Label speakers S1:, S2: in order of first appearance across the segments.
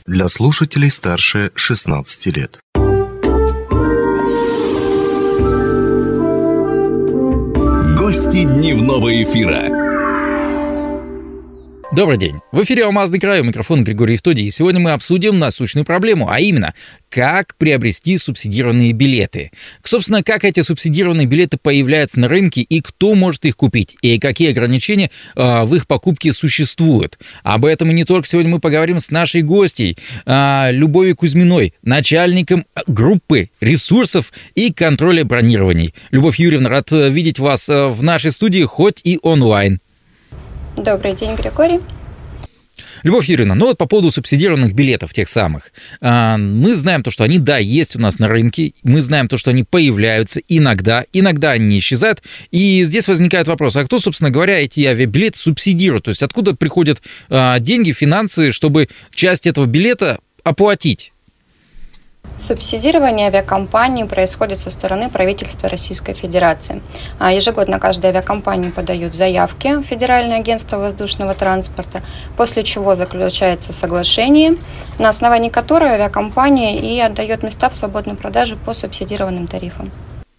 S1: Для слушателей старше 16 лет.
S2: Гости дневного эфира.
S3: Добрый день. В эфире «Алмазный край», у микрофона Григорий Евтодий. И сегодня мы обсудим насущную проблему, а именно, как приобрести субсидированные билеты. Собственно, как эти субсидированные билеты появляются на рынке и кто может их купить, и какие ограничения в их покупке существуют. Об этом и не только сегодня мы поговорим с нашей гостьей Любовью Кузьминой, начальником группы ресурсов и контроля бронирований. Любовь Юрьевна, рад видеть вас в нашей студии, хоть и онлайн.
S4: Добрый день, Григорий.
S3: Любовь Юрьевна, ну вот по поводу субсидированных билетов тех самых. Мы знаем то, что они, да, есть у нас на рынке, мы знаем то, что они появляются иногда они исчезают. И здесь возникает вопрос, а кто, собственно говоря, эти авиабилеты субсидирует? То есть откуда приходят деньги, финансы, чтобы часть этого билета оплатить?
S4: Субсидирование авиакомпаний происходит со стороны правительства Российской Федерации. Ежегодно каждая авиакомпания подает заявки в Федеральное агентство воздушного транспорта, после чего заключается соглашение, на основании которого авиакомпания и отдает места в свободную продажу по субсидированным тарифам.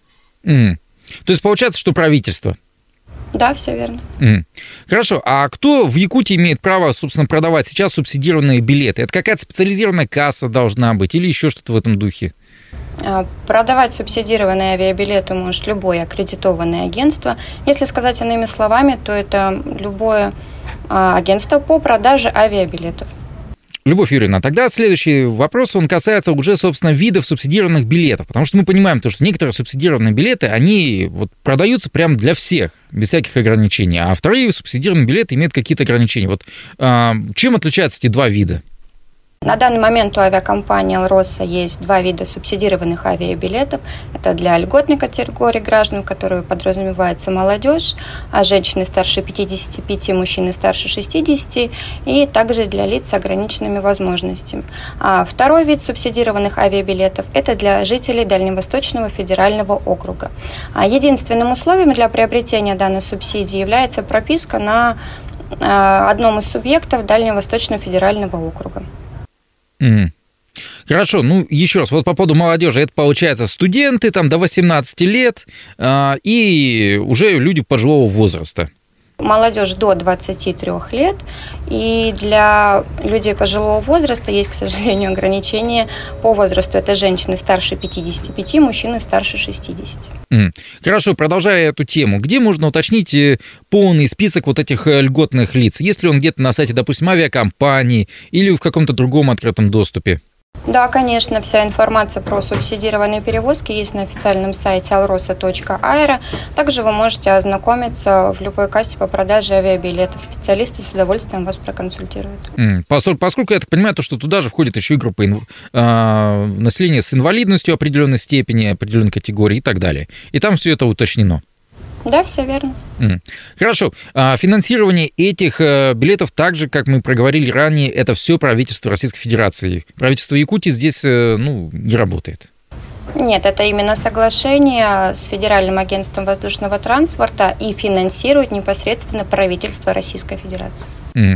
S3: То есть получается, что правительство?
S4: Да, все верно.
S3: Хорошо, а кто в Якутии имеет право, собственно, продавать сейчас субсидированные билеты? Это какая-то специализированная касса должна быть или еще что-то в этом духе?
S4: Продавать субсидированные авиабилеты может любое аккредитованное агентство. Если сказать иными словами, то это любое агентство по продаже авиабилетов.
S3: Любовь Юрьевна, тогда следующий вопрос, он касается уже, собственно, видов субсидированных билетов, потому что мы понимаем, что некоторые субсидированные билеты, они вот продаются прямо для всех, без всяких ограничений, а вторые субсидированные билеты имеют какие-то ограничения. Вот чем отличаются эти два вида?
S4: На данный момент у авиакомпании «Алроса» есть два вида субсидированных авиабилетов. Это для льготной категории граждан, в которую подразумевается молодежь, а женщины старше 55, мужчины старше 60, и также для лиц с ограниченными возможностями. А второй вид субсидированных авиабилетов – это для жителей Дальневосточного федерального округа. Единственным условием для приобретения данной субсидии является прописка на одном из субъектов Дальневосточного федерального округа.
S3: Хорошо, ну еще раз, вот по поводу молодежи, это получается студенты там до 18 лет и уже люди пожилого возраста.
S4: Молодежь до 23 лет, и для людей пожилого возраста есть, к сожалению, ограничения по возрасту. Это женщины старше 55, мужчины старше 60.
S3: Хорошо, продолжая эту тему, где можно уточнить полный список вот этих льготных лиц? Есть ли он где-то на сайте, допустим, авиакомпании или в каком-то другом открытом доступе?
S4: Да, конечно, вся информация про субсидированные перевозки есть на официальном сайте alrosa.aero. Также вы можете ознакомиться в любой кассе по продаже авиабилетов. Специалисты с удовольствием вас проконсультируют.
S3: Поскольку я так понимаю, то, что туда же входит еще и группа населения с инвалидностью определенной степени, определенной категории и так далее. И там все это уточнено.
S4: Да, все верно.
S3: Хорошо. Финансирование этих билетов, так же, как мы проговорили ранее, это все правительство Российской Федерации. Правительство Якутии здесь, не работает.
S4: Нет, это именно соглашение с Федеральным агентством воздушного транспорта и финансирует непосредственно правительство Российской Федерации.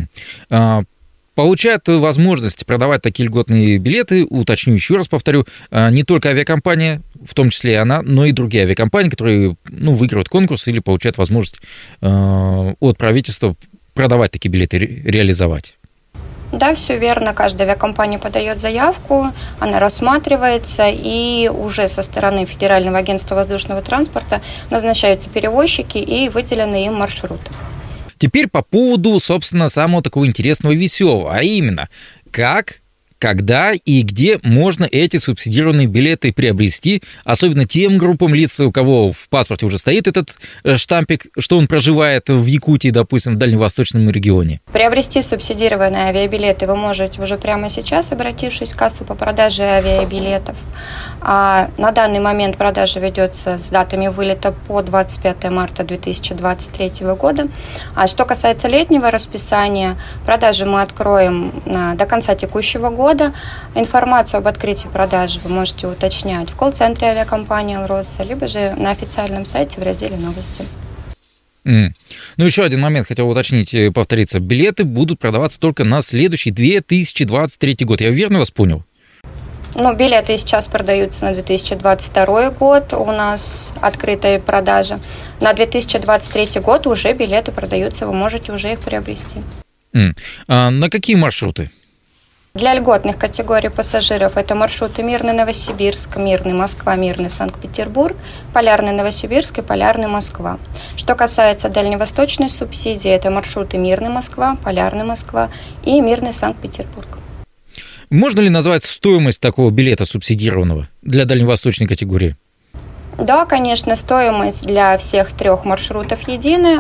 S3: Получает возможность продавать такие льготные билеты, уточню еще раз, повторю, не только авиакомпания, в том числе и она, но и другие авиакомпании, которые выигрывают конкурс или получают возможность от правительства продавать такие билеты, реализовать.
S4: Да, все верно. Каждая авиакомпания подает заявку, она рассматривается, и уже со стороны Федерального агентства воздушного транспорта назначаются перевозчики и выделены им маршруты.
S3: Теперь по поводу, собственно, самого такого интересного и веселого, а именно, как, когда и где можно эти субсидированные билеты приобрести, особенно тем группам лиц, у кого в паспорте уже стоит этот штампик, что он проживает в Якутии, допустим, в дальневосточном регионе.
S4: Приобрести субсидированные авиабилеты вы можете уже прямо сейчас, обратившись в кассу по продаже авиабилетов. На данный момент продажа ведется с датами вылета по 25 марта 2023 года. Что касается летнего расписания, продажи мы откроем до конца текущего года. Информацию об открытии продажи вы можете уточнять в колл-центре авиакомпании «Алроса», либо же на официальном сайте в разделе «Новости».
S3: Ну, еще один момент хотел уточнить, повториться. Билеты будут продаваться только на следующий 2023 год. Я верно вас понял?
S4: Ну, билеты сейчас продаются на 2022 год, у нас открытая продажа. На 2023 год уже билеты продаются, вы можете уже их приобрести.
S3: А на какие маршруты?
S4: Для льготных категорий пассажиров это маршруты Мирный Новосибирск, Мирный Москва, Мирный Санкт-Петербург, Полярный Новосибирск и Полярный Москва. Что касается дальневосточной субсидии, это маршруты Мирный Москва, Полярный Москва и Мирный Санкт-Петербург.
S3: Можно ли назвать стоимость такого билета субсидированного для дальневосточной категории?
S4: Да, конечно, стоимость для всех трех маршрутов единая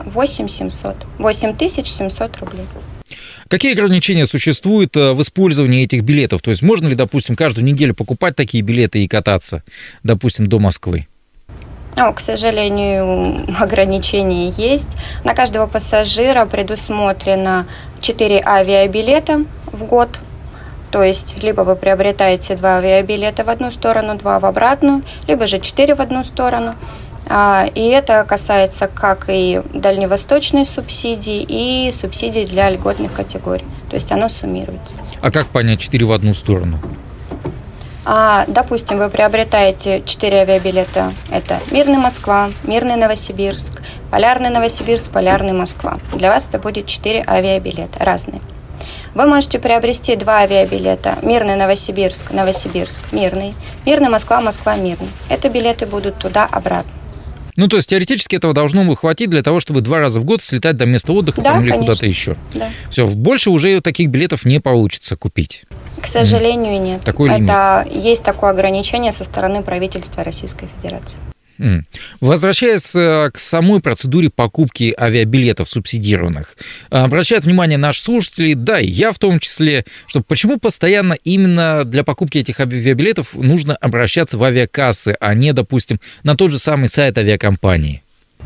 S4: 8700 рублей.
S3: Какие ограничения существуют в использовании этих билетов? То есть можно ли, допустим, каждую неделю покупать такие билеты и кататься, допустим, до Москвы?
S4: К сожалению, ограничения есть. На каждого пассажира предусмотрено 4 авиабилета в год. То есть, либо вы приобретаете 2 авиабилета в одну сторону, 2 в обратную, либо же 4 в одну сторону. И это касается как и дальневосточной субсидии, и субсидий для льготных категорий. То есть оно суммируется.
S3: А как понять 4 в одну сторону?
S4: Допустим, вы приобретаете 4 авиабилета. Это Мирный Москва, Мирный Новосибирск, Полярный Новосибирск, Полярный Москва. Для вас это будет 4 авиабилета разные. Вы можете приобрести 2 авиабилета. Мирный Новосибирск, Новосибирск, Мирный. Мирный Москва, Москва, Мирный. Это билеты будут туда-обратно.
S3: Ну, то есть теоретически этого должно хватить для того, чтобы 2 раза в год слетать до места отдыха,
S4: да,
S3: или куда-то еще. Да. Все, больше уже таких билетов не получится купить.
S4: К сожалению, нет.
S3: Такой лимит.
S4: Есть такое ограничение со стороны правительства Российской Федерации.
S3: Возвращаясь к самой процедуре покупки авиабилетов субсидированных, обращают внимание наши слушатели, да, и я в том числе, что почему постоянно именно для покупки этих авиабилетов нужно обращаться в авиакассы, а не, допустим, на тот же самый сайт авиакомпании?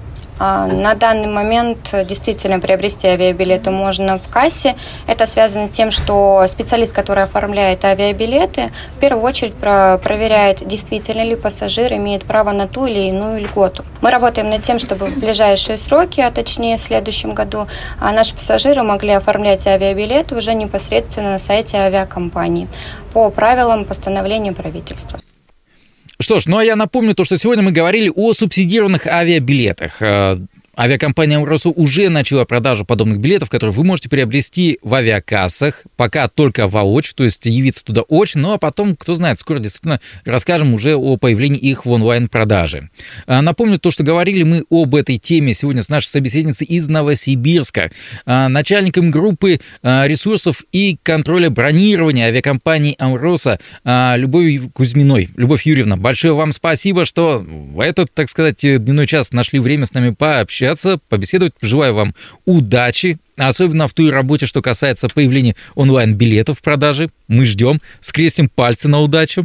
S4: На данный момент действительно приобрести авиабилеты можно в кассе. Это связано с тем, что специалист, который оформляет авиабилеты, в первую очередь проверяет, действительно ли пассажир имеет право на ту или иную льготу. Мы работаем над тем, чтобы в ближайшие сроки, а точнее в следующем году, наши пассажиры могли оформлять авиабилеты уже непосредственно на сайте авиакомпании по правилам постановления правительства.
S3: Что ж, ну а я напомню то, что сегодня мы говорили о субсидированных авиабилетах. Авиакомпания «Амроса» уже начала продажу подобных билетов, которые вы можете приобрести в авиакассах, пока только воочию, то есть явиться туда очно, ну а потом, кто знает, скоро действительно расскажем уже о появлении их в онлайн-продаже. Напомню то, что говорили мы об этой теме сегодня с нашей собеседницей из Новосибирска, начальником группы ресурсов и контроля бронирования авиакомпании «Амроса» Любовью Кузьминой. Любовь Юрьевна, большое вам спасибо, что в этот, так сказать, дневной час нашли время с нами пообщаться, побеседовать. Желаю вам удачи, особенно в той работе, что касается появления онлайн-билетов в продаже. Мы ждем, скрестим пальцы на удачу.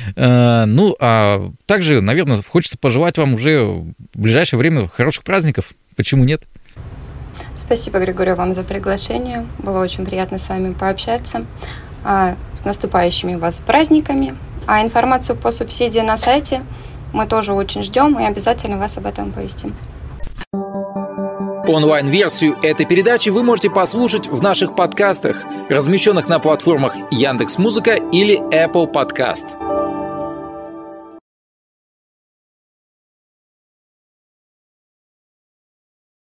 S3: Ну, а также, наверное, хочется пожелать вам уже в ближайшее время хороших праздников. Почему нет?
S4: Спасибо, Григорий, вам за приглашение. Было очень приятно с вами пообщаться. С наступающими вас праздниками. А информацию по субсидии на сайте мы тоже очень ждем и обязательно вас об этом оповестим.
S3: Онлайн-версию этой передачи вы можете послушать в наших подкастах, размещенных на платформах Яндекс.Музыка или Apple Podcast.